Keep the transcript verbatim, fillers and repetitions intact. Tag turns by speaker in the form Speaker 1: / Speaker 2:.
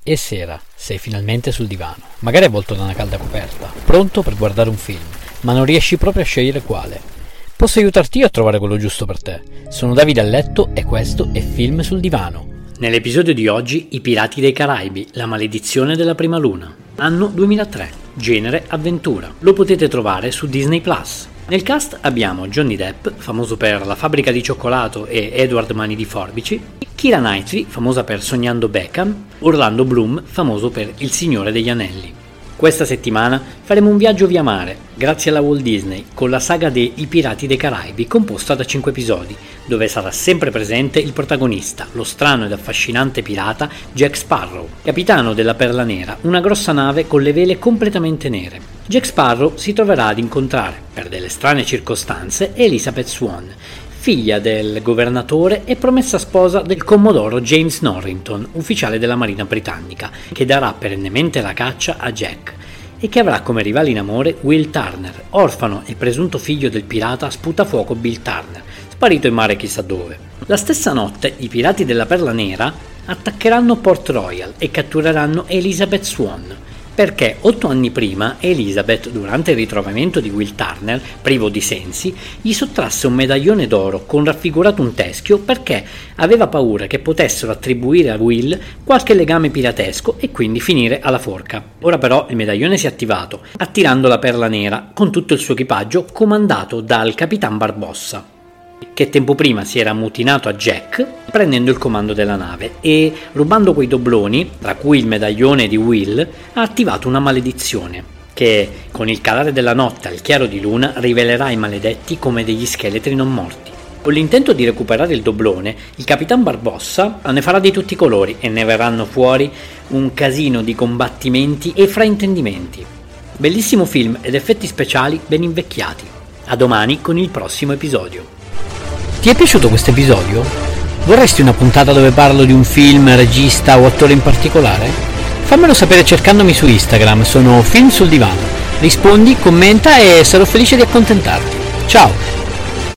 Speaker 1: E sera, sei finalmente sul divano, magari avvolto da una calda coperta, pronto per guardare un film, ma non riesci proprio a scegliere quale. Posso aiutarti io a trovare quello giusto per te. Sono Davide a letto e questo è Film sul divano. Nell'episodio di oggi, I Pirati dei Caraibi, la maledizione della prima luna. Anno duemilatré, genere avventura. Lo potete trovare su Disney Plus. Nel cast abbiamo Johnny Depp, famoso per La fabbrica di cioccolato e Edward Mani di Forbici, Keira Knightley, famosa per Sognando Beckham, Orlando Bloom, famoso per Il Signore degli Anelli. Questa settimana faremo un viaggio via mare, grazie alla Walt Disney, con la saga dei I Pirati dei Caraibi, composta da cinque episodi, dove sarà sempre presente il protagonista, lo strano ed affascinante pirata Jack Sparrow, capitano della Perla Nera, una grossa nave con le vele completamente nere. Jack Sparrow si troverà ad incontrare, per delle strane circostanze, Elizabeth Swann, figlia del governatore e promessa sposa del commodoro James Norrington, ufficiale della Marina britannica, che darà perennemente la caccia a Jack e che avrà come rivale in amore Will Turner, orfano e presunto figlio del pirata sputafuoco Bill Turner, sparito in mare chissà dove. La stessa notte i pirati della Perla Nera attaccheranno Port Royal e cattureranno Elizabeth Swann, perché otto anni prima Elizabeth, durante il ritrovamento di Will Turner, privo di sensi, gli sottrasse un medaglione d'oro con raffigurato un teschio perché aveva paura che potessero attribuire a Will qualche legame piratesco e quindi finire alla forca. Ora però il medaglione si è attivato, attirando la Perla Nera con tutto il suo equipaggio comandato dal Capitan Barbossa, che tempo prima si era ammutinato a Jack prendendo il comando della nave e, rubando quei dobloni, tra cui il medaglione di Will, ha attivato una maledizione che, con il calare della notte al chiaro di luna, rivelerà i maledetti come degli scheletri non morti. Con l'intento di recuperare il doblone, il Capitan Barbossa ne farà di tutti i colori e ne verranno fuori un casino di combattimenti e fraintendimenti. Bellissimo film ed effetti speciali ben invecchiati. A domani con il prossimo episodio. Ti è piaciuto questo episodio? Vorresti una puntata dove parlo di un film, regista o attore in particolare? Fammelo sapere cercandomi su Instagram, sono Film sul divano. Rispondi, commenta e sarò felice di accontentarti. Ciao!